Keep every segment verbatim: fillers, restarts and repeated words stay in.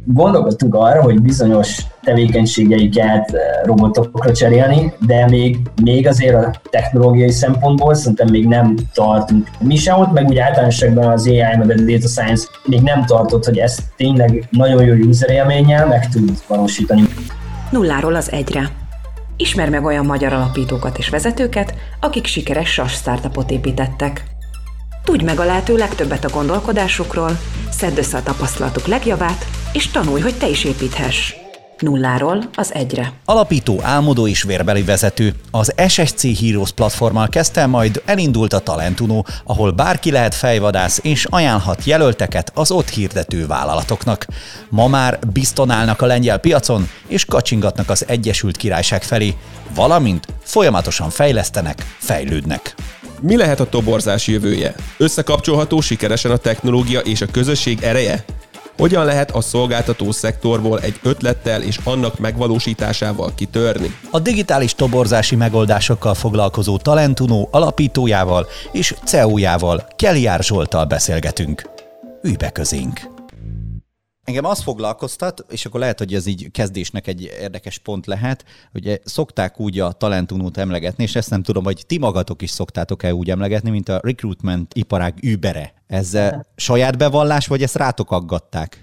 gondolkodtunk arra, hogy bizonyos tevékenységeiket robotokra cserélni, de még, még azért a technológiai szempontból szerintem még nem tartunk. Mi sem ott, meg úgy általánosságban az á i, meg a data science még nem tartott, hogy ezt tényleg nagyon jó user élménnyel meg tud valósítani. Nulláról az egyre. Ismer meg olyan magyar alapítókat és vezetőket, akik sikeres SaaS startupot építettek. Tudj meg a lehető legtöbbet a gondolkodásukról, szedd össze a tapasztalatuk legjavát, és tanulj, hogy te is építhess. Nulláról az egyre. Alapító, álmodó és vérbeli vezető. Az es es cé Heroes platformmal kezdte, majd elindult a Talentuno, ahol bárki lehet fejvadász és ajánlhat jelölteket az ott hirdető vállalatoknak. Ma már bizton állnak a lengyel piacon, és kacsingatnak az Egyesült Királyság felé, valamint folyamatosan fejlesztenek, fejlődnek. Mi lehet a toborzás jövője? Összekapcsolható sikeresen a technológia és a közösség ereje? Hogyan lehet a szolgáltató szektorból egy ötlettel és annak megvalósításával kitörni? A digitális toborzási megoldásokkal foglalkozó Talentuno alapítójával és cé e ó-jával, Keliár Zsolttal beszélgetünk. Ülj be közénk! Engem azt foglalkoztat, és akkor lehet, hogy ez így kezdésnek egy érdekes pont lehet, hogy szokták úgy a Talentunót emlegetni, és ezt nem tudom, hogy ti magatok is szoktátok-e úgy emlegetni, mint a recruitment iparág Ubere. Ez saját bevallás, vagy ezt rátok aggatták?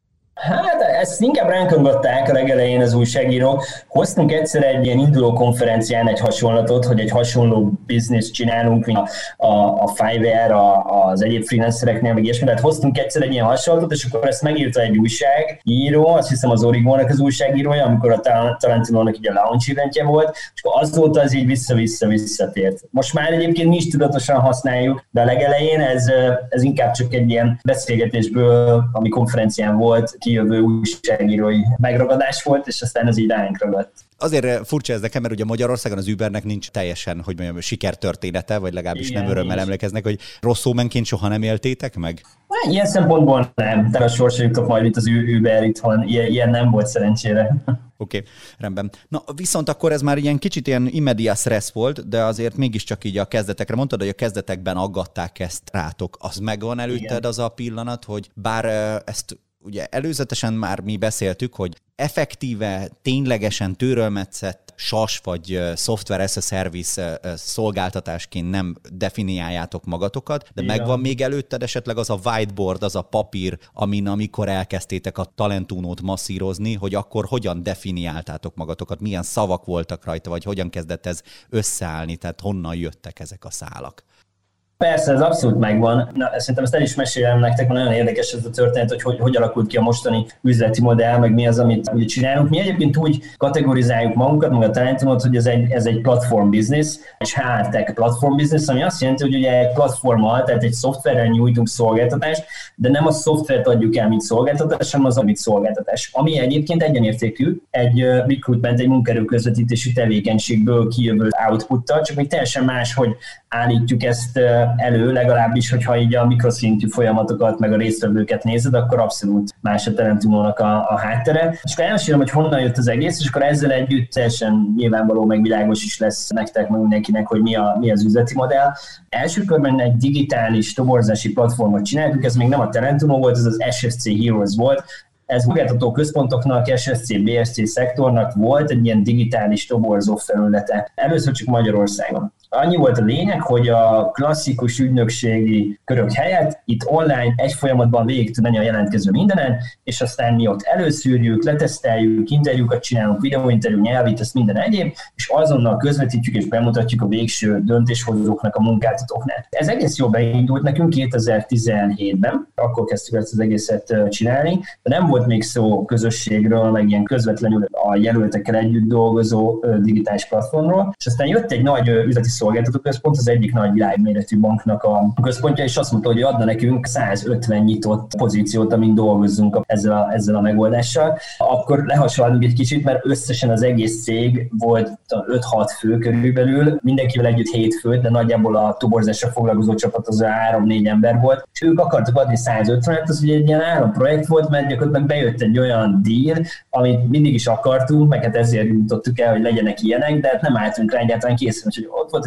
Hát ezt inkább ránk aggatták a legelején az újságírók. Hoztunk egyszer egy ilyen induló konferencián egy hasonlatot, hogy egy hasonló bizniszt csinálunk, mint a, a, a Fiverr, a, az egyéb freelancereknél, meg ilyesmi. Tehát hoztunk egyszer egy ilyen hasonlatot, és akkor ezt megírta egy újságíró, azt hiszem az Origónak az újságírója, amikor a Talentunónak így a launch eventje volt, és akkor azóta ez így vissza-vissza-visszatért. Most már egyébként mi is tudatosan használjuk, de a legelején ez, ez inkább csak egy ilyen beszélgetésből, ami konferencián volt, kijövő újságírói megragadás volt, és aztán ez így ránk ragadt. Azért furcsa ez nekem, mert ugye Magyarországon az Ubernek nincs teljesen, hogy mondjam, sikertörténete, vagy legalábbis igen, nem örömmel nincs. Emlékeznek, hogy rossz szómenként soha nem éltétek meg? Hát, ilyen szempontból nem. Tehát a sorsajutok majd itt az Uber itthon, ilyen, ilyen nem volt szerencsére. Oké, okay, rendben. Na, viszont akkor ez már ilyen kicsit ilyen immediate stressz volt, de azért mégiscsak így a kezdetekre mondtad, hogy a kezdetekben aggatták ezt rátok. Az megvan előtted igen. Az a pillanat, hogy bár ezt ugye előzetesen már mi beszéltük, hogy effektíve, ténylegesen tőrölmetszett SaaS vagy Software as a Service szolgáltatásként nem definiáljátok magatokat, de igen. Megvan még előtted esetleg az a whiteboard, az a papír, amin amikor elkezdtétek a Talentunót masszírozni, hogy akkor hogyan definiáltátok magatokat, milyen szavak voltak rajta, vagy hogyan kezdett ez összeállni, tehát honnan jöttek ezek a szálak? Persze, ez abszolút megvan. Na, szerintem ezt el is mesélem nektek, mert nagyon érdekes ez a történet, hogy, hogy hogy alakult ki a mostani üzleti modell, meg mi az, amit ugye csinálunk. Mi egyébként úgy kategorizáljuk magunkat, meg a Talentunót, hogy ez egy, ez egy platform business, egy há er tech platform business, ami azt jelenti, hogy ugye egy platformmal, tehát egy szoftverrel nyújtunk szolgáltatást, de nem a szoftvert adjuk el, mint szolgáltatás, hanem az, amit szolgáltatás. Ami egyébként egyenértékű, egy recruitment, egy munkaerőközvetítési tevékenységből kijövő outputtal, csak még teljesen más, hogy állítjuk ezt elő, legalábbis, hogyha így a mikroszintű folyamatokat, meg a résztvevőket nézed, akkor abszolút más a Talentunónak a, a háttere. És akkor elmesélem, hogy honnan jött az egész, és akkor ezzel együtt teljesen nyilvánvaló, meg világos is lesz nektek, meg mindenkinek, hogy mi, a, mi az üzleti modell. Első körben egy digitális toborzási platformot csináltuk, ez még nem a Talentuno volt, ez az es es cé Heroes volt. Ez szolgáltató központoknak, es es cé, bé es cé szektornak volt egy ilyen digitális toborzó felülete. Először csak Magyarországon. Annyi volt a lényeg, hogy a klasszikus ügynökségi körök helyett itt online egy folyamatban végig tud menni a jelentkező mindenen, és aztán mi ott előszűrjük, leteszteljük, interjúkat csinálunk, videóinterjú, nyelvit, ezt minden egyéb, és azonnal közvetítjük és bemutatjuk a végső döntéshozóknak, a munkáltatóknál. Ez egész jól beindult nekünk kétezer-tizenhétben, akkor kezdtük ezt az egészet csinálni, de nem volt még szó közösségről, meg ilyen közvetlenül a jelöltekkel együtt dolgozó digitális platformról, és aztán jött egy nagy üzleti szolgáltató központ, az egyik nagy világméretű banknak a központja, és azt mondta, hogy adna nekünk százötven nyitott pozíciót, amin dolgozzunk ezzel a, ezzel a megoldással. Akkor lehasonlítunk egy kicsit, mert összesen az egész cég volt öt-hat fő körülbelül, mindenkivel együtt hét fő, de nagyjából a toborzásra foglalkozó csapat az három-négy ember volt, és ők akartak adni százötvenet, az ugye egy ilyen államprojekt volt, mert gyakorlatilag bejött egy olyan deal, amit mindig is akartunk, meg hát ezért jutottuk el, hogy legyenek ilyenek, de hát nem álltunk rá egyáltalán készen, hogy ott volt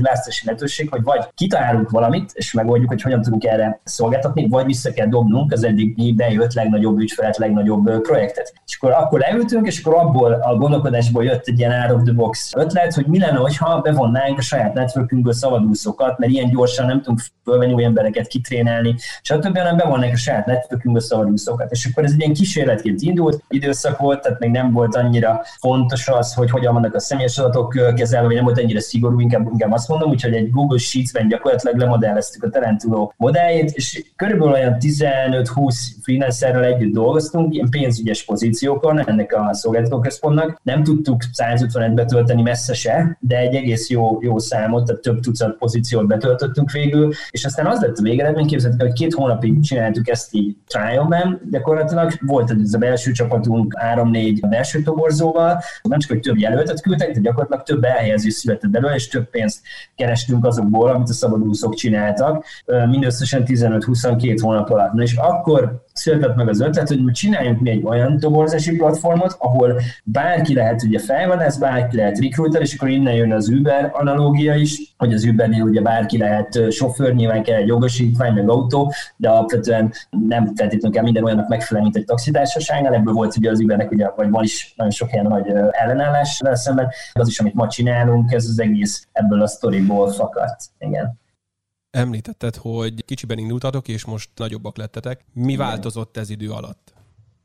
egy választási lehetőség, hogy vagy kitalálunk valamit, és megoldjuk, hogy hogyan tudunk erre szolgáltatni, vagy vissza kell dobnunk az eddig bejött legnagyobb ügyfelet, legnagyobb projektet. És akkor, akkor leültünk, és akkor abból a gondolkodásból jött egy ilyen out of the box ötlet, hogy mi lenne, ha bevonnánk a saját networkünkből szabadúszókat, mert ilyen gyorsan nem tudunk fölvenni új embereket, kitrénelni, stb. Hanem bevonnánk a saját networkünkből szabadúszókat. És akkor ez egy ilyen kísérletként indult, időszak volt, tehát még nem volt annyira fontos az, hogy hogyan vannak a személyes adatok kezelve, vagy nem volt ennyire szigorú, inkább, inkább azt mondom, úgyhogy egy Google Sheets-ben gyakorlatilag lemodelleztük a Talentulo modelljét, és körülbelül olyan tizenöt-húsz freelancerrel együtt dolgoztunk, ilyen pénzügyes pozíciókon ennek a szolgáltatóközpontnak. Nem tudtuk száz ötvenet betölteni messze se, de egy egész jó, jó számot, tehát több tucat pozíciót betöltöttünk végül, és aztán az lett a végeredmény, képzeljük, hogy két hónapig csináltuk ezt így trialben, gyakorlatilag volt ez a belső csapatunk három-négy belső toborzóval, nem csak, hogy több jelöltet küldtek, de gyakorlatilag több elhelyezés született belőle, és több pénzt kerestünk azokból, amit a szabadúszók csináltak, mindösszesen tizenöt-huszonkettő hónap alatt. Na és akkor született meg az ötlet, hogy csináljunk mi egy olyan toborzási platformot, ahol bárki lehet ugye fejvadász, bárki lehet recruiter, és akkor innen jön az Uber analógia is, hogy az Ubernél ugye bárki lehet sofőr, nyilván kell egy jogosítvány, meg autó, de alapvetően nem feltétlenül kell minden olyannak megfelelni, mint egy taxitársaságnál. Ebből volt ugye az Ubernek, ugye, vagy van is nagyon sok ilyen nagy ellenállás vele szemben. Az is, amit ma csinálunk, ez az egész ebből a sztoriból fakadt. Igen. Említetted, hogy kicsiben indultatok, és most nagyobbak lettetek. Mi változott ez idő alatt?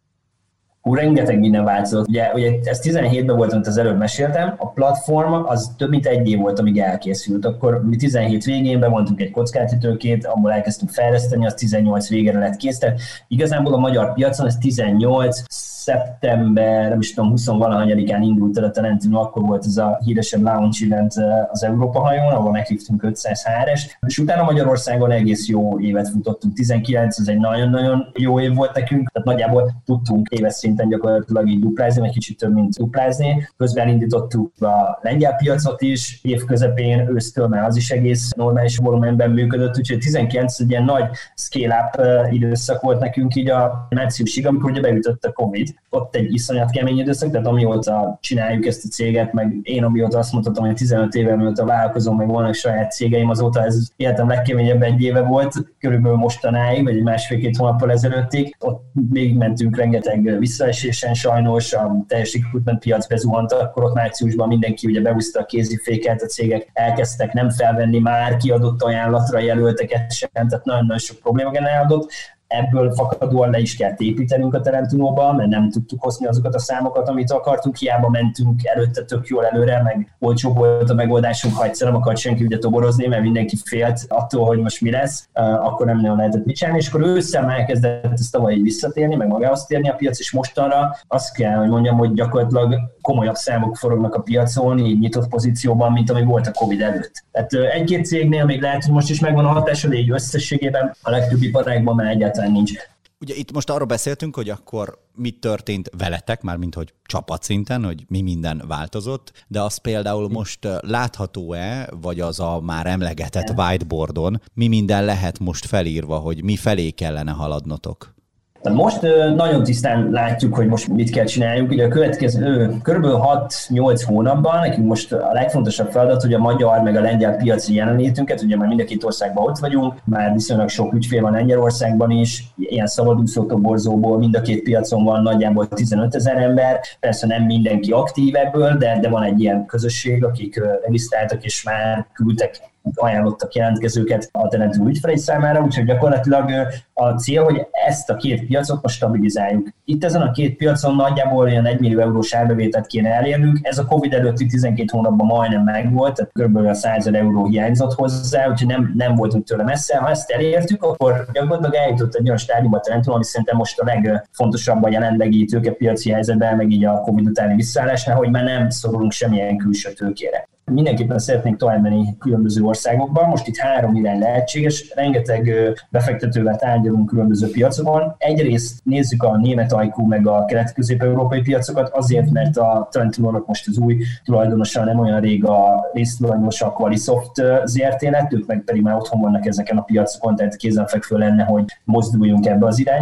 Hú, rengeteg minden változott. Ugye, ugye ez tizenhétben volt, amit az előbb meséltem, a platform az több mint egy év volt, amíg elkészült. Akkor mi tizenhét végén bevontunk egy kockáztetőkét, abból elkezdtünk fejleszteni, az tizennyolc végére lett kész. Tehát igazából a magyar piacon ez tizennyolc szeptember, nem is tudom, húsz-valahanyadikán indult el a Talentulo, akkor volt ez a híresebb launch event az Európa hajón, ahol meghívtunk ötszáz há er-est, és utána Magyarországon egész jó évet futottunk. tizenkilenc, ez egy nagyon-nagyon jó év volt nekünk, tehát nagyjából tudtunk éves szinten gyakorlatilag így duplázni, vagy kicsit több, mint duplázni. Közben indítottuk a lengyel piacot is, év közepén, ősztől már az is egész normális volumenben működött, úgyhogy tizenkilenc egy ilyen nagy scale-up időszak volt nekünk így a márciusig, amikor ugye beütött a Covid. Ott egy iszonyat kemény időszak, tehát amióta csináljuk ezt a céget, meg én amióta azt mondhatom, hogy tizenöt éve mióta vállalkozom, meg vannak saját cégeim, azóta ez életem legkeményebb egy éve volt, körülbelül mostanáig, vagy egy másfél-két hónappal ezelőttig. Ott még mentünk rengeteg visszaesésen sajnos, a teljes recruitment piac bezuhant, akkor ott márciusban mindenki ugye beúszta a kéziféket, a cégek elkezdtek nem felvenni már kiadott ajánlatra jelölteket sem, tehát nagyon-nagyon sok probléma generálódott. Ebből fakadóan le is kell építenünk a Talentulóba, mert nem tudtuk hozni azokat a számokat, amit akartunk, hiába mentünk előtte tök jól előre, meg olcsó volt a megoldásunk, ha egyszer nem akart senki ugye toborozni, mert mindenki félt attól, hogy most mi lesz, akkor nem nagyon lehetett mit csinálni, és akkor ősszel már elkezdett ezt tavaly így visszatérni, meg magához térni a piac, és mostanra azt kell, hogy mondjam, hogy gyakorlatilag komolyabb számok forognak a piacon, így nyitott pozícióban, mint ami volt a Covid előtt. Tehát egy-két cégnél még lehet, hogy most is megvan a hatása, de így összességében a legtöbb iparágban már egyáltalán nincs. Ugye itt most arról beszéltünk, hogy akkor mi történt veletek, mármint hogy csapatszinten, hogy mi minden változott, de az például most látható-e, vagy az a már emlegetett whiteboardon, mi minden lehet most felírva, hogy mi felé kellene haladnotok? Most nagyon tisztán látjuk, hogy most mit kell csináljuk. Ugye a következő kb. hat-nyolc hónapban nekünk most a legfontosabb feladat, hogy a magyar meg a lengyel piaci jelenlétünket, ugye már mind a két országban ott vagyunk, már viszonylag sok ügyfél van Lengyelországban is, ilyen szabadúszó toborzóból mind a két piacon van nagyjából tizenötezer ember, persze nem mindenki aktív ebből, de, de van egy ilyen közösség, akik regisztráltak és már küldtek, ajánlottak jelentkezőket a Talentulo ügyfelei számára, úgyhogy gyakorlatilag a cél, hogy ezt a két piacot most stabilizáljuk. Itt ezen a két piacon nagyjából olyan egy millió eurós árbevételt kéne elérnünk, ez a Covid előtti tizenkét hónapban majdnem megvolt, tehát kb. A százezer euró hiányzott hozzá, úgyhogy nem, nem voltunk tőle messze. Ha ezt elértük, akkor gyakorlatilag eljutott egy olyan stádiumba Talentulo, ami szerintem most a legfontosabb a jelenlegi tőkepiaci helyzetben, meg így a Covid utáni visszaállásnál, hogy már nem szorulunk semmilyen külső tőkére. Mindenképpen szeretnénk tovább menni különböző országokban. Most itt három irány lehetséges, rengeteg befektetővel tárgyalunk különböző piacokon. Egyrészt nézzük a német ajkú meg a kelet-közép-európai piacokat, azért, mert a Talentulónak most az új tulajdonosa nem olyan rég a résztulajdonosa a Qualisoft zé er té lett, ők meg pedig már otthon vannak ezeken a piacokon, tehát kézenfekvő lenne, hogy mozduljunk ebbe az irányba.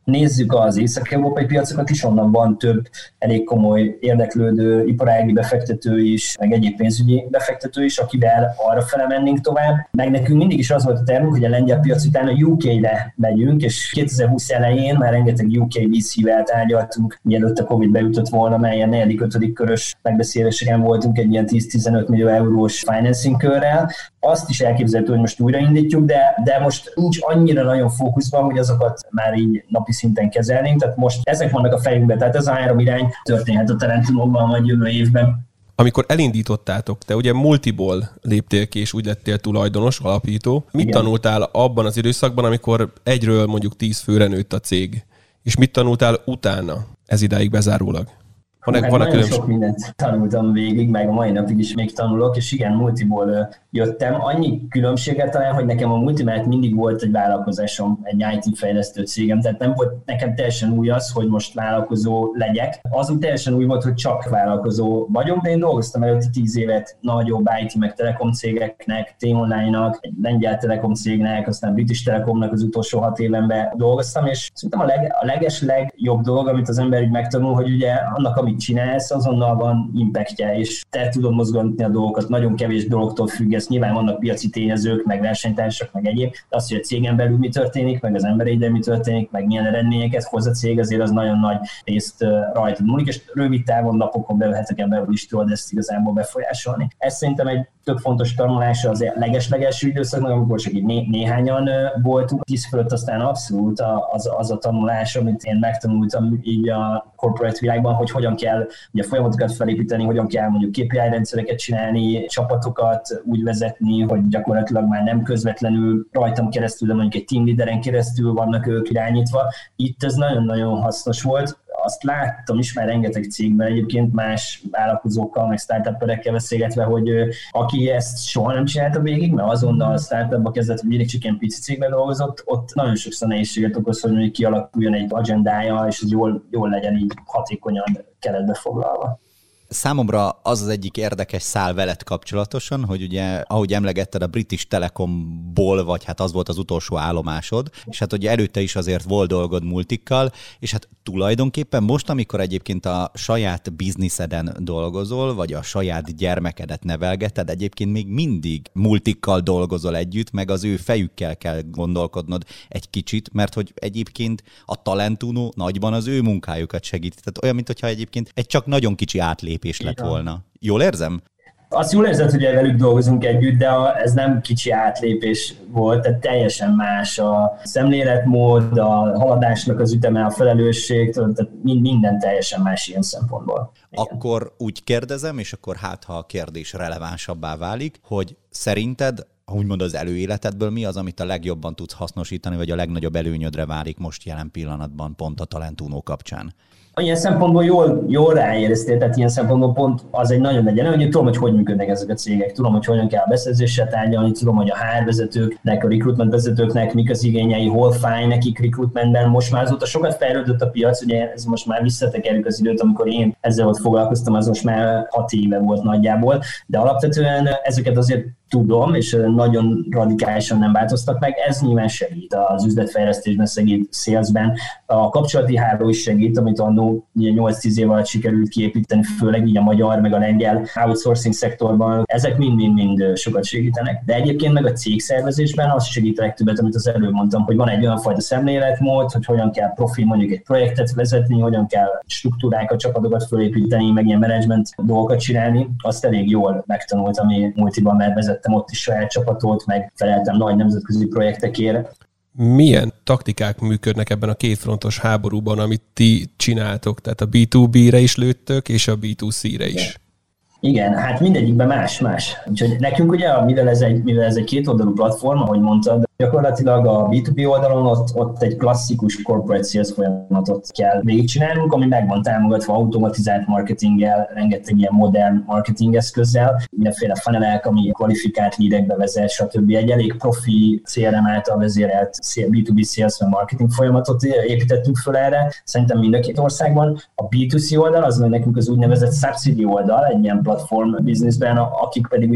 nézzük az észak-európai piacokat is, onnan van több elég komoly érdeklődő iparági befektető is, meg egyéb pénzügyi befektető is, akivel arra fele mennénk tovább. Meg nekünk mindig is az volt a tervünk, hogy a lengyel piac után a U K-re megyünk, és kétezer-húsz elején már rengeteg U K V C-vel tárgyaltunk, mielőtt a Covid beütött volna, melyen negyedik, ötödik körös megbeszéléseken voltunk egy ilyen tíz-tizenöt millió eurós financing körrel. Azt is elképzelhető, hogy most újraindítjuk, de, de most nincs annyira nagyon fókuszban, hogy azokat már így napi szinten kezelnénk, tehát most ezek vannak a fejünkben, tehát ez a három irány történhet a Talentumokban vagy jövő évben. Amikor elindítottátok, te ugye multiból léptél ki, és úgy lettél tulajdonos, alapító. Mit Igen. tanultál abban az időszakban, amikor egyről mondjuk tíz főre nőtt a cég? És mit tanultál utána, ez idáig bezárólag? Van, hát van nagyon különbség? Sok mindent tanultam végig, meg a mai napig is még tanulok, és igen, multiból jöttem. Annyi különbséget talán, hogy nekem a multi mellett mindig volt egy vállalkozásom, egy I T fejlesztő cégem, tehát nem volt nekem teljesen új az, hogy most vállalkozó legyek. Az úgy teljesen új volt, hogy csak vállalkozó vagyok, de én dolgoztam előtte tíz évet nagyobb I T meg telekom cégeknek, T-Online-nak, egy lengyel telekom cégnek, aztán British Telekomnak az utolsó hat évenben dolgoztam, és szerintem a, leg, a leges legjobb dolog, amit az ember így megtanul, hogy ugye annak, amit csinálsz, azonnal van impactje, és te tudod mozgatni a dolgokat, nagyon kevés dologtól függesz, nyilván vannak piaci tényezők, meg versenytársak, meg egyéb, de az, hogy a cégen belül mi történik, meg az embereiddel mi történik, meg milyen eredményeket hoz a cég, azért az nagyon nagy részt rajtad múlik, és rövid távon, napokon belül, heteken belül is tudod ezt igazából befolyásolni. Ez szerintem egy tök fontos tanulása az leges-legelső időszaknak, amikor csak így né- néhányan voltunk. Tíz fölött aztán abszolút az, az a tanulás, amit én megtanultam így a corporate világban, hogy hogyan kell ugye folyamatokat felépíteni, hogyan kell mondjuk K P I rendszereket csinálni, csapatokat úgy vezetni, hogy gyakorlatilag már nem közvetlenül rajtam keresztül, de mondjuk egy team leaderen keresztül vannak ők irányítva. Itt ez nagyon-nagyon hasznos volt. Azt láttam is már rengeteg cégben egyébként más vállalkozókkal, meg startuperekkel beszélgetve, hogy aki ezt soha nem csinálta végig, mert azonnal a startupba kezdett, hogy mindig csak ilyen pici cégben dolgozott, ott nagyon sokszor nehézséget okoz, hogy mondjuk kialakuljon egy agendája, és ez jól, jól legyen így hatékonyan keretbe foglalva. Számomra az az egyik érdekes szál veled kapcsolatosan, hogy ugye, ahogy emlegetted, a British Telecomból, vagy hát az volt az utolsó állomásod, és hát ugye előtte is azért volt dolgod multikkal, és hát tulajdonképpen most, amikor egyébként a saját bizniszeden dolgozol, vagy a saját gyermekedet nevelgeted, egyébként még mindig multikkal dolgozol együtt, meg az ő fejükkel kell gondolkodnod egy kicsit, mert hogy egyébként a Talentuno nagyban az ő munkájukat segít. Tehát olyan, mintha egyébként egy csak nagyon kicsi átlépés lett volna. Jól érzem? Azt jól érzed, hogy velük dolgozunk együtt, de ez nem kicsi átlépés volt, tehát teljesen más a szemléletmód, a haladásnak az üteme, a felelősség, tehát minden teljesen más ilyen szempontból. Igen. Akkor úgy kérdezem, és akkor hát, ha a kérdés relevánsabbá válik, hogy szerinted úgymond az előéletedből mi az, amit a legjobban tudsz hasznosítani, vagy a legnagyobb előnyödre válik most jelen pillanatban pont a Talentuno kapcsán? Ilyen szempontból jól, jól ráéreztél, tehát ilyen szempontból pont az egy nagyon legyen, hogy tudom, hogy hogy működnek ezek a cégek, tudom, hogy hogyan kell a beszerzéssel tárgyalni, tudom, hogy a há er vezetőknek, a recruitment vezetőknek mik az igényei, hol fáj nekik recruitmentben. Most már azóta sokat fejlődött a piac, ugye ez most már visszatekerjük az időt, amikor én ezzel ott foglalkoztam, az most már hat éve volt nagyjából, de alapvetően ezeket azért tudom, és nagyon radikálisan nem változtak meg. Ez nyilván segít az üzletfejlesztésben, segít salesben. A kapcsolati háló is segít, amit annó nyolc-tíz év alatt sikerült kiépíteni, főleg így a magyar, meg a lengyel outsourcing szektorban. Ezek mind-mind-mind sokat segítenek. De egyébként meg a cégszervezésben az segít a legtöbbet, amit az előbb mondtam, hogy van egy olyan fajta szemléletmód, hogy hogyan kell profi mondjuk egy projektet vezetni, hogyan kell struktúrákat, csapatokat fölépíteni, meg ilyen management dolgokat csinálni. Azt elég jól megtanultam, ami multiban már vezettem ott is saját csapatot, meg feleltem nagy nemzetközi projektekért. Milyen taktikák működnek ebben a kétfrontos háborúban, amit ti csináltok? Tehát a bé kettő bé-re is lőttök, és a bé kettő cé-re is. Igen, hát mindegyikben más-más. Úgyhogy nekünk ugye, mivel ez egy, mivel ez egy kétoldalú platform, ahogy mondtad, gyakorlatilag a bé kettő bé oldalon ott, ott egy klasszikus corporate sales folyamatot kell végigcsinálnunk, ami meg van támogatva automatizált marketinggel, rengeteg ilyen modern marketing eszközzel, mindenféle funnelek, ami kvalifikált leadekbe vezet, stb. Egy elég profi cé er em által vezérelt bé kettő bé sales marketing folyamatot építettünk föl erre, szerintem mind a két országban. A bé kettő cé oldal az meg nekünk az úgynevezett subsidy oldal, egy ilyen platform businessben, akik pedig ugye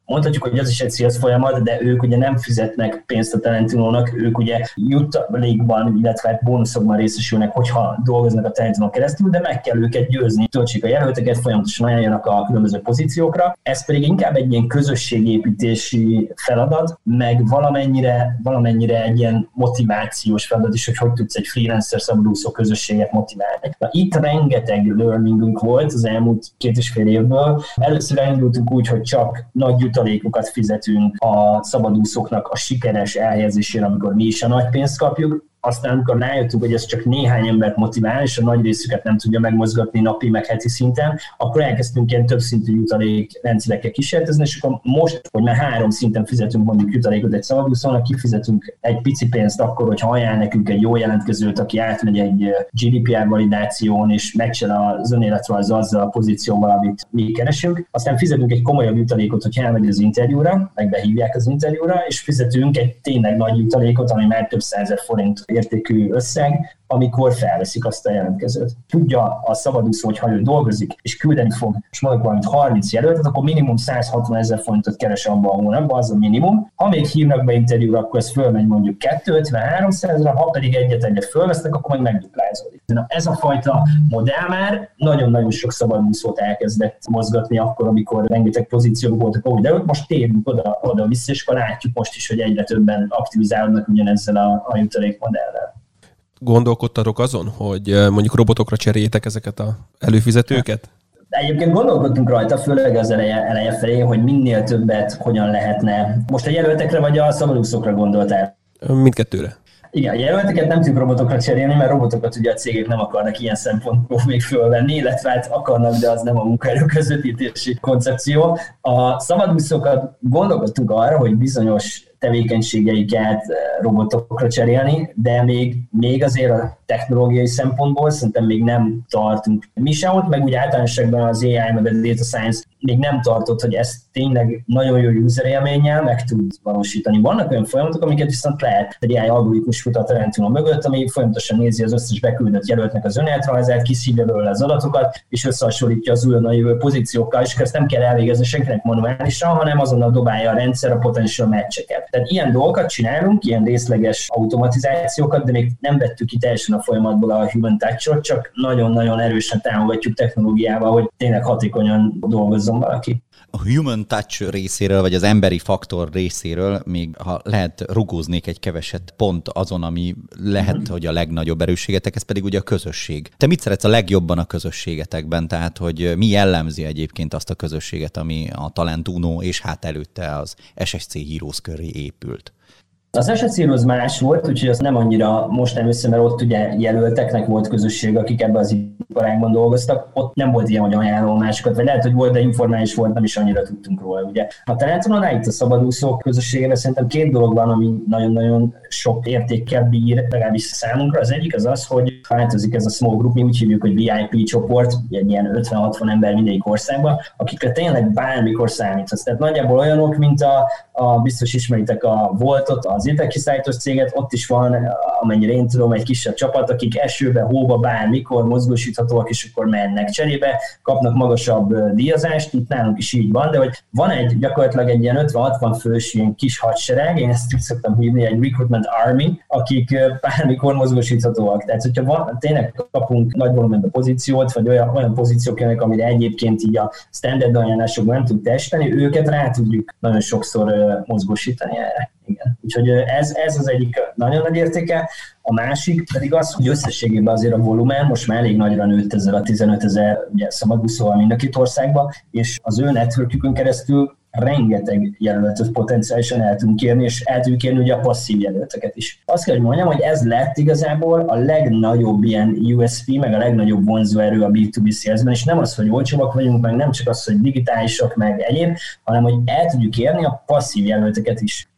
mondhatjuk, hogy az is egy sales folyamat, de ők ugye nem fizetnek pénzt a Talentinónak, ők ugye juttalékban, illetve bónuszokban részesülnek, hogyha dolgoznak a Talentinón keresztül, de meg kell őket győzni, töltsék a jelölteket, folyamatosan ajánljanak a különböző pozíciókra. Ez pedig inkább egy ilyen közösségépítési feladat, meg valamennyire, valamennyire egy ilyen motivációs feladat is, hogy hogy tudsz egy freelancer szabadúszó közösséget motiválni. Na, itt rengeteg learningünk volt az elmúlt két és fél évből. Először elindultunk úgy, hogy csak nagy jutalékokat fizetünk a szabadúszóknak a sikeres elhelyezésére, amikor mi is a nagy pénzt kapjuk. Aztán, amikor rájöttünk, hogy ez csak néhány embert motivál, és a nagy részüket nem tudja megmozgatni napi, meg heti szinten, akkor elkezdtünk ilyen többszintű jutalék rendszerekkel kísérletezni, és akkor most, hogy már három szinten fizetünk mondjuk jutalékot egy szabadúszónak, kifizetünk egy pici pénzt akkor, hogyha ajánl nekünk egy jó jelentkezőt, aki átmegy egy gé dé pé er validáción, és megcsinál az önéletrajz azzal a pozícióval, amit mi keresünk. Aztán fizetünk egy komolyabb jutalékot, hogy elmegy az interjúra, meg behívják az interjúra, és fizetünk egy tényleg nagy jutalékot, ami már több százezer forint értékű összeg, amikor felveszik azt a jelentkezőt. Tudja a szabadúszó, hogy ha ő dolgozik, és küldeni fog, és mondjuk valamit harminc jelöltet, akkor minimum száz hatvan ezer forintot keres abban a hónapban, az a minimum. Ha még hívnak be interjúra, akkor ez fölmegy mondjuk kétszázötven-háromszázra, ha pedig egyet-egyet fölvesznek, akkor meg megduplázódik. Na, ez a fajta modell már nagyon-nagyon sok szabadúszót elkezdett mozgatni akkor, amikor rengeteg pozíciók voltak, de most térünk oda, oda vissza, és akkor látjuk most is, hogy egyre többen aktivizálódnak ugyanezzel a, a jutalék modellel. Gondolkodtatok azon, hogy mondjuk robotokra cseréljétek ezeket a előfizetőket? Egyébként gondolkodtunk rajta, főleg az eleje, eleje felé, hogy minél többet hogyan lehetne. Most a jelöltekre vagy a szabadúszókra gondoltál? Mindkettőre. Igen, a jelölteket nem tudjuk robotokra cserélni, mert robotokat ugye a cégek nem akarnak ilyen szempontból még fölvenni, illetve hát akarnak, de az nem a munkaerő közvetítési koncepció. A szabadúszókat gondolkodtunk arra, hogy bizonyos tevékenységeiket robotokra cserélni, de még, még azért a technológiai szempontból szerintem még nem tartunk. Mi sem ott, meg úgy általánosságban az á i, meg a data science még nem tartott, hogy ezt tényleg nagyon jó user élménnyel meg tud valósítani. Vannak olyan folyamatok, amiket viszont lehet. Egy á i algoritmus fut a Talentinó mögött, ami folyamatosan nézi az összes beküldött jelöltnek az önéletrajzát, kiszívja belőle az adatokat, és összehasonlítja az újonnan jövő pozíciókkal, és ezt nem kell elvégezni senkinek manuálisan, hanem azonnal dobálja a rendszer a potential matcheket. Tehát ilyen dolgokat csinálunk, ilyen részleges automatizációkat, de még nem vettük ki teljesen a folyamatból a human touch-ot, csak nagyon-nagyon erősen támogatjuk technológiával, hogy tényleg hatékonyan dolgozzon valaki. A human touch részéről, vagy az emberi faktor részéről még ha lehet rugóznék egy keveset pont azon, ami lehet, hogy a legnagyobb erősségetek, ez pedig ugye a közösség. Te mit szeretsz a legjobban a közösségetekben? Tehát, hogy mi jellemzi egyébként azt a közösséget, ami a Talentuno és hát előtte az es es cé Heroes köré épült? Az es es cé Heroes más volt, úgyhogy az nem annyira most nem össze, mert ott ugye jelölteknek volt közösség, akik ebben az iparágban dolgoztak. Ott nem volt ilyen, hogy ajánló másokat, vagy lehet, hogy volt, de informális volt, nem is annyira tudtunk róla. Ugye. A Talentinónál itt a szabadúszók közösségében szerintem két dolog van, ami nagyon-nagyon sok értékkel bír, legalábbis számunkra. Az egyik az az, hogy változik ez a small group, mi úgy hívjuk, hogy vé i pé csoport, egy ilyen ötven-hatvan ember mindegyik országban, akikre tényleg bármikor számíthatsz. Tehát nagyjából olyanok, mint a, a biztos ismeritek a Voltot, az értékkiszállítós céget, ott is van, amennyire én tudom, egy kisebb csapat, akik esőbe, hóba, bármikor mozgósíthatóak, és akkor mennek cserébe, kapnak magasabb díjazást, itt nálunk is így van, de hogy van egy gyakorlatilag egy ilyen ötven-hatvan fős ilyen kis hadsereg, én ezt úgy szoktam hívni, egy recruitment army, akik bármikor mozgósíthatóak. Tehát, hogyha van, tényleg kapunk nagy volumenben pozíciót, vagy olyan, olyan pozíciók jönnek, amire egyébként így a standard ajánlásokban nem tud testeni, őket rá tudjuk nagyon sokszor mozgósítani erre. Igen. Úgyhogy ez, ez az egyik nagyon nagy értéke. A másik pedig az, hogy összességében azért a volumen most már elég nagyra nőtt ezzel a tizenöt ezer szabadúszóval mind a két országban, és az ő networkjükön keresztül rengeteg jelöltet potenciálisan el tudunk kérni, és el tudjuk kérni ugye a passzív jelölteket is. Azt kell, hogy mondjam, hogy ez lett igazából a legnagyobb ilyen u es pé, meg a legnagyobb vonzóerő a bé kettő bé salesben, és nem az, hogy olcsóbbak vagyunk, meg nem csak az, hogy digitálisak, meg egyéb, hanem hogy el tudjuk érni a passzív jelölteket is.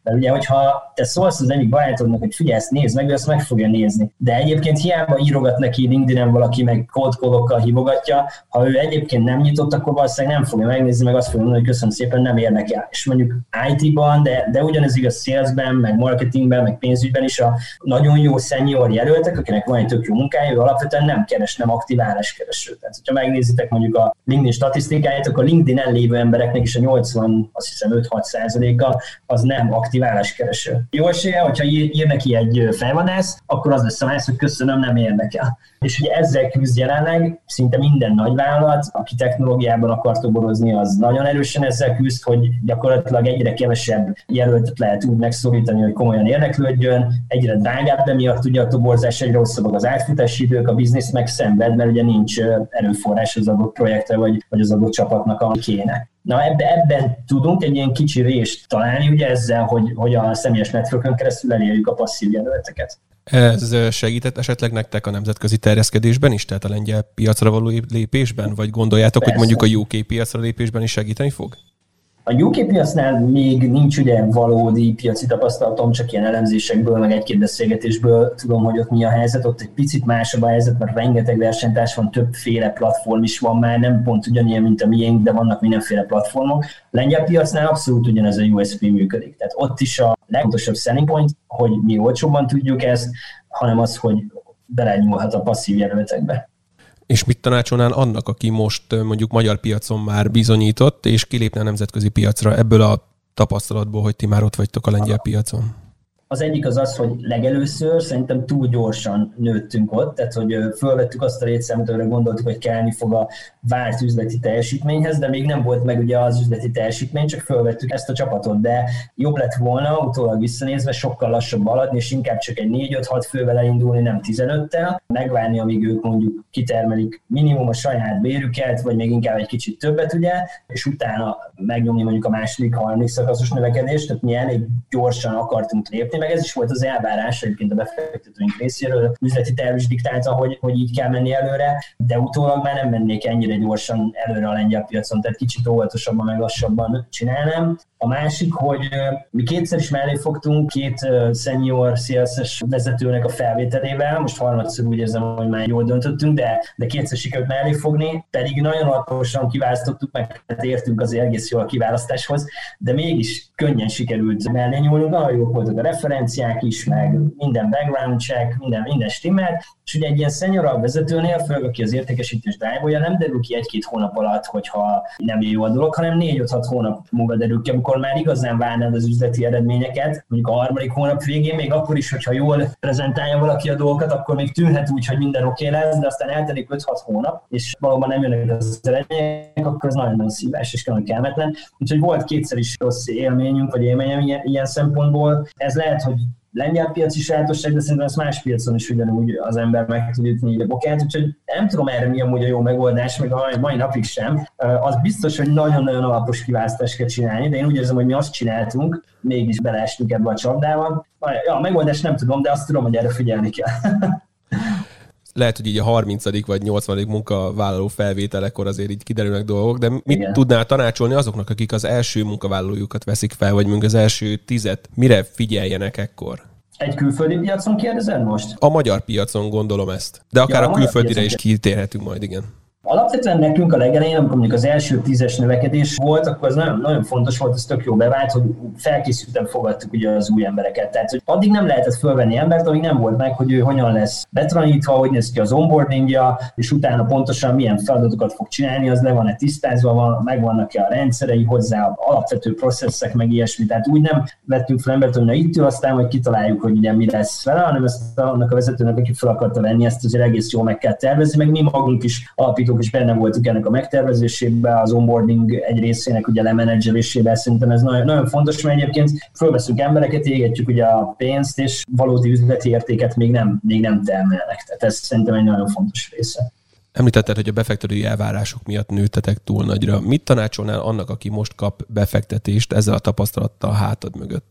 Mert ugye, hogyha te szólsz az egyik barátodnak, hogy figyelj, ezt nézd meg, ő ezt meg fogja nézni. De egyébként hiába írogat neki LinkedIn-en valaki, meg cold call-okkal hívogatja, ha ő egyébként nem nyitott, akkor valószínűleg nem fogja megnézni, meg azt fogja mondani, hogy köszönöm szépen, nem érdekel. És mondjuk í té-ban, de, de ugyanez igaz salesben, meg marketingben, meg pénzügyben is a nagyon jó senior jelöltek, akinek van egy tök jó munkája, ő alapvetően nem keres, nem aktív álláskereső. Tehát, hogyha megnézitek mondjuk a LinkedIn statisztikáját, akkor a LinkedIn-en lévő embereknek is a nyolcvan, azt hiszem öt-hat százaléka az nem aktív álláskereső. Jó esélye, hogyha ír, ír neki egy fejvadász, akkor az lesz a válasz, hogy köszönöm, nem érdekel. És ugye ezzel küzd jelenleg szinte minden nagyvállalat, aki technológiában akar toborozni, az nagyon erősen ezzel küzd, hogy gyakorlatilag egyre kevesebb jelöltet lehet úgy megszorítani, hogy komolyan érdeklődjön, egyre drágább emiatt ugye a toborzás, egyre hosszabbak az átfutási idők, a biznisz meg szenved, mert ugye nincs erőforrás az adott projektre, vagy, vagy az adott csapatnak, ami kéne. Na ebben, ebben tudunk egy ilyen kicsi rést találni, ugye ezzel, hogy, hogy a személyes networkön keresztül elérjük a passzív jelölteket. Ez segített esetleg nektek a nemzetközi terjeszkedésben is, tehát a lengyel piacra való lépésben? Vagy gondoljátok, Persze. hogy mondjuk a U K piacra lépésben is segíteni fog? A U K piacnál még nincs ugye valódi piaci tapasztalatom, csak ilyen elemzésekből, meg egy-két beszélgetésből tudom, hogy ott mi a helyzet. Ott egy picit másabb a helyzet, mert rengeteg versenytárs van, többféle platform is van már, nem pont ugyanilyen, mint a miénk, de vannak mindenféle platformok. A lengyel piacnál abszolút ugyanez a U S P működik. Tehát ott is a legfontosabb selling point, hogy mi olcsóbban tudjuk ezt, hanem az, hogy belenyúlhat a passzív jelöltekbe. És mit tanácsolnál annak, aki most mondjuk magyar piacon már bizonyított, és kilépne a nemzetközi piacra ebből a tapasztalatból, hogy ti már ott vagytok a lengyel piacon? Az egyik az az, hogy legelőször szerintem túl gyorsan nőttünk ott, tehát hogy fölvettük azt a létszámot, amire gondoltuk, hogy kellni fog a várt üzleti teljesítményhez, de még nem volt meg ugye az üzleti teljesítmény, csak fölvettük ezt a csapatot, de jobb lett volna utólag visszanézve sokkal lassabb haladni, és inkább csak egy négy-öt-hat fővel elindulni, nem tizenöttel, megvárni, amíg ők mondjuk kitermelik minimum a saját bérüket, vagy még inkább egy kicsit többet, ugye, és utána megnyomni mondjuk a második, harmadik szakaszos növekedést, tehát mi elég gyorsan akartunk lépni, meg ez is volt az elvárás egyébként a befektetőink részéről. Üzleti terv is diktálta, hogy, hogy így kell menni előre, de utólag már nem mennék ennyire gyorsan előre a lengyel piacon, tehát kicsit óvatosabban, meg lassabban csinálnám. A másik, hogy mi kétszer is mellé fogtunk két senior sales-es vezetőnek a felvételével, most harmadszor úgy érzem, hogy már jól döntöttünk, de, de kétszer sikerült mellé fogni, pedig nagyon alaposan kiválasztottuk, meg hát értünk azért egész jól a kiválasztáshoz, de mégis könnyen sikerült mellé nyúlnunk, nagyon jók voltak a referenciák is, meg minden background check, minden, minden stimmel, és ugye egy ilyen senior vezetőnél, főleg aki az értékesítés drive-olja, nem derül ki egy-két hónap alatt, hogyha nem jó a dolog, hanem négy-öt-hat hónap múlva derül ki, amikor már igazán várnád az üzleti eredményeket, mondjuk a harmadik hónap végén, még akkor is, hogyha jól prezentálja valaki a dolgokat, akkor még tűnhet úgy, hogy minden oké okay lesz, de aztán eltelik öt-hat hónap, és valóban nem jönnek az eredmények, akkor ez nagyon-nagyon szívás és nagyon kellemetlen. Úgyhogy volt kétszer is rossz élményünk, vagy élményem ilyen, ilyen szempontból. Ez lehet, hogy lengyel piaci sajátosság, de szerintem ezt más piacon is ugyanúgy az ember meg tud ütni így a bokát, úgyhogy nem tudom erre mi amúgy a jó megoldás, meg a mai napig sem. Az biztos, hogy nagyon-nagyon alapos kiválasztást kell csinálni, de én úgy érzem, hogy mi azt csináltunk, mégis beleestünk ebbe a csapdába. Ja, a megoldás nem tudom, de azt tudom, hogy erre figyelni kell. Lehet, hogy így a harmincadik vagy nyolcvanadik munkavállaló felvételekor azért így kiderülnek dolgok, de mit Igen. tudnál tanácsolni azoknak, akik az első munkavállalójukat veszik fel, vagy mondjuk az első tizet, mire figyeljenek ekkor? Egy külföldi piacon kérdezed most? A magyar piacon gondolom ezt, de akár Ja, a, a külföldire is kitérhetünk majd, igen. Alapvetően nekünk a legelején, amikor mondjuk az első tízes növekedés volt, akkor az nagyon, nagyon fontos volt, ez tök jó bevált, hogy felkészülten fogadtuk ugye az új embereket. Tehát, hogy addig nem lehetett fölvenni embert, amíg nem volt meg, hogy ő hogyan lesz betanítva, hogy néz ki az onboardingja, és utána pontosan milyen feladatokat fog csinálni, az le van-e tisztázva, van, megvannak-e a rendszerei hozzá, alapvető processzek, meg ilyesmi. Tehát úgy nem vettünk fel embert, hogy na itt ül, aztán hogy kitaláljuk, hogy ugye mi lesz vele, hanem ezt annak a vezetőnek, aki fel akarta venni, ezt azért egész jól meg kell tervezni, meg mi magunk is alapítók is benne voltunk ennek a megtervezésében, az onboarding egy részének ugye lemenedzselésében, szerintem ez nagyon, nagyon fontos, mert egyébként fölveszünk embereket, égetjük ugye a pénzt, és valódi üzleti értéket még nem, még nem termelnek. Tehát ez szerintem egy nagyon fontos része. Említetted, hogy a befektetői elvárások miatt nőttetek túl nagyra. Mit tanácsolnál annak, aki most kap befektetést ezzel a tapasztalattal a hátad mögött?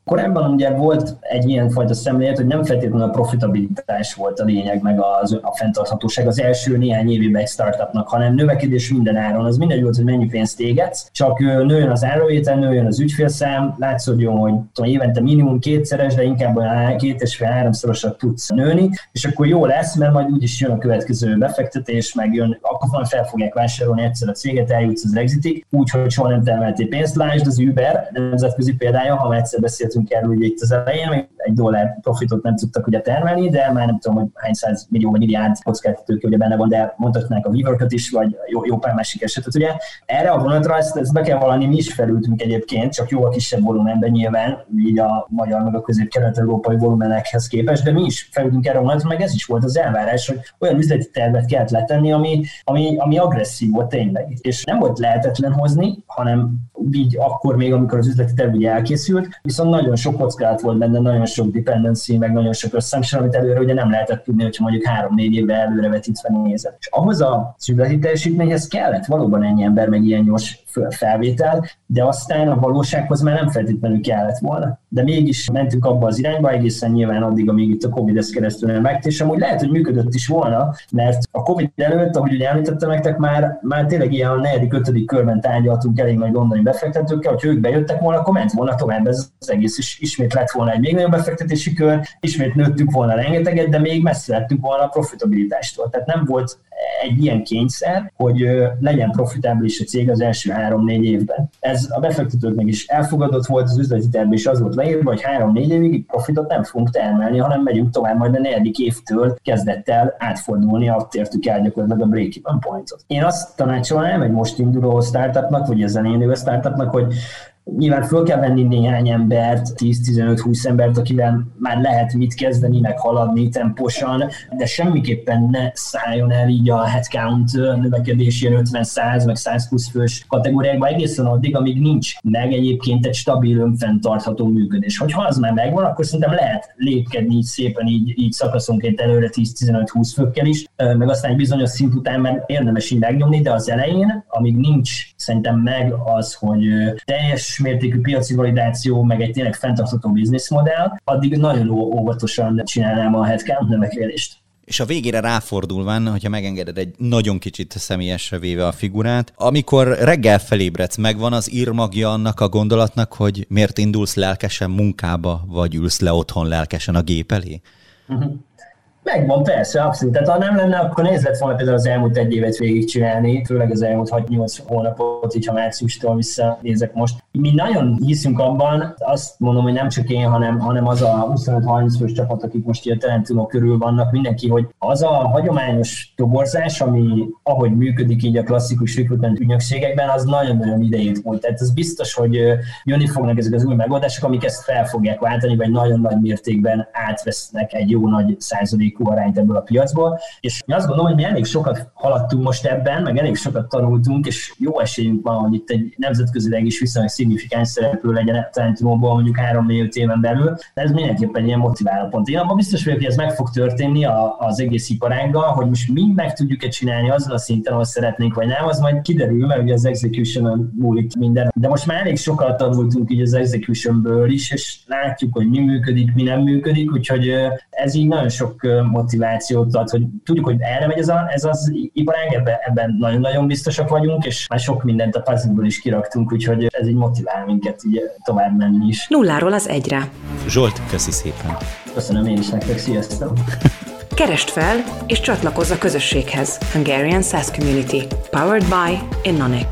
Korábban ugye volt egy ilyen fajta szemlélet, hogy nem feltétlenül a profitabilitás volt a lényeg, meg az, a fenntarthatóság az első néhány évében egy startupnak, hanem növekedés minden áron. Az mindegy volt, hogy mennyi pénzt égetsz, csak nőjön az árbevétel, nőjön az ügyfélszám, látszódjon, hogy tudom, évente minimum kétszeres, de inkább olyan két és fél háromszorosat tudsz nőni, és akkor jó lesz, mert majd úgyis jön a következő befektetés, meg jön, akkor van fel fogják vásárolni egyszer a céget, eljutsz az exitig, úgyhogy soha nem termeltél pénzt. Lásd az Uber, nemzetközi példája, ha egyszer beszéltünk erről ugye itt az elején, még egy dollár profitot nem tudtak ugye termelni, de már nem tudom, hogy hány száz millió vagy milliárd kockáztatők ugye benne van, de mondhatnánk a WeWork-ot is, vagy jó, jó pár másik esetet. Ugye erre a vonatra ezt, ezt be kell vallani, mi is felültünk egyébként, csak jó a kisebb volumenben nyilván, így a magyar meg a közép-kelet-európai volumenekhez képest, de mi is felültünk erre a vonatra, meg ez is volt az elvárás, hogy olyan üzleti tervet kellett letenni, ami, ami, ami agresszív volt tényleg. És nem volt lehetetlen hozni, hanem így akkor még, amikor az üzleti terv ugye elkészült, viszont nagyon sok kockázat volt benne, nagyon sok dependency, meg nagyon sok összemsor, amit előre ugye nem lehetett tudni, hogyha mondjuk három-négy évre előrevetítve nézett. És ahhoz a üzleti teljesítményhez kellett valóban ennyi ember, meg ilyen gyors felvétel, de aztán a valósághoz már nem feltétlenül kellett volna. De mégis mentünk abba az irányba, egészen nyilván addig, amíg itt a Covid ezt keresztül nem megт, és amúgy lehet, hogy működött is volna, mert a Covid előtt, ahogy ugye említettem nektek, már, már tényleg ilyen a negyedik, ötödik körben tárgyaltunk elég nagy londoni befektetőkkel, hogy ők bejöttek volna, akkor ment volna tovább ez az egész, és ismét lett volna egy még nagyobb befektetési kör, ismét nőttünk volna rengeteget, de még messze lettünk volna a profitabilitástól. Tehát nem volt egy ilyen kényszer, hogy legyen profitábilis a cég az első három-négy évben. Ez a befektetőknek is elfogadott volt, az üzleti tervben is az volt leírva, hogy három-négy évig profitot nem fogunk termelni, hanem megyünk tovább, majd a negyedik évtől kezdett el átfordulni, ott értük el gyakorlatilag a break-even pointot. Én azt tanácsolnám egy most induló startupnak, vagy ezen élő startupnak, hogy nyilván föl kell venni néhány embert, tíz-tizenöt-húsz embert, akivel már lehet mit kezdeni, meg haladni temposan, de semmiképpen ne szálljon el így a headcount növekedés ilyen ötven-száz, meg száz-húsz fős kategóriákban egészen addig, amíg nincs meg egyébként egy stabil, önfenntartható működés. Hogyha az már megvan, akkor szerintem lehet lépkedni így szépen, így, így szakaszonként előre tíz-tizenöt-húsz főkkel is, meg aztán egy bizonyos szint után már érdemes így megnyomni, de az elején, amíg nincs szerintem meg az, hogy teljes mértékű piaci validáció, meg egy tényleg fenntartható bizniszmodell, addig nagyon óvatosan csinálnám a headcount növekedést. És a végére ráfordulván, hogyha megengeded egy nagyon kicsit személyesre véve a figurát, amikor reggel felébredsz, megvan az írmagja annak a gondolatnak, hogy miért indulsz lelkesen munkába, vagy ülsz le otthon lelkesen a gép elé? Uh-huh. Megvan, persze, abszolút. Tehát ha nem lenne, akkor nézd lett volna például az elmúlt egy évet végigcsinálni, főleg az elmúlt hat-nyolc hónapot, így ha márciustól visszanézek most. Mi nagyon hiszünk abban, azt mondom, hogy nem csak én, hanem, hanem az a huszonöt-harminc fős csapat, akik most ilyen Talentuno körül vannak, mindenki, hogy az a hagyományos toborzás, ami ahogy működik így a klasszikus recruitment ügynökségekben, az nagyon-nagyon idejét múlt. Tehát ez biztos, hogy jönni fognak ezek az új megoldások, amik ezt fel fogják váltani, vagy nagyon nagy mértékben átvesznek egy jó nagy százalék arányt ebből a piacból, és én azt gondolom, hogy mi elég sokat haladtunk most ebben, meg elég sokat tanultunk, és jó esélyünk van, hogy itt egy nemzetközileg is viszonylag szignifikáns szereplő legyen a Talentunóból mondjuk három-négy éven belül, de ez mindenképpen ilyen motiváló pont. Én abban biztos vagyok, hogy ez meg fog történni az egész iparággal, hogy most mi meg tudjuk-e csinálni azon a szinten, ahol szeretnénk, vagy nem, az majd kiderül, mert ugye az execution-on múlik minden. De most már elég sokat tanultunk így az executionből is, és látjuk, hogy mi működik, mi nem működik, úgyhogy ez így nagyon sok motivációt ad, hogy tudjuk, hogy erre megy ez, a, ez az iparág, ebben, ebben nagyon-nagyon biztosak vagyunk, és már sok mindent a puzzle-ből is kiraktunk, úgyhogy ez így motivál minket így tovább menni is. Nulláról az egyre. Zsolt, köszi szépen. Köszönöm én is nektek, sziasztok! Keresd fel és csatlakozz a közösséghez. Hungarian SaaS Community. Powered by Innonic.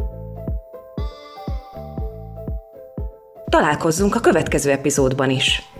Találkozzunk a következő epizódban is.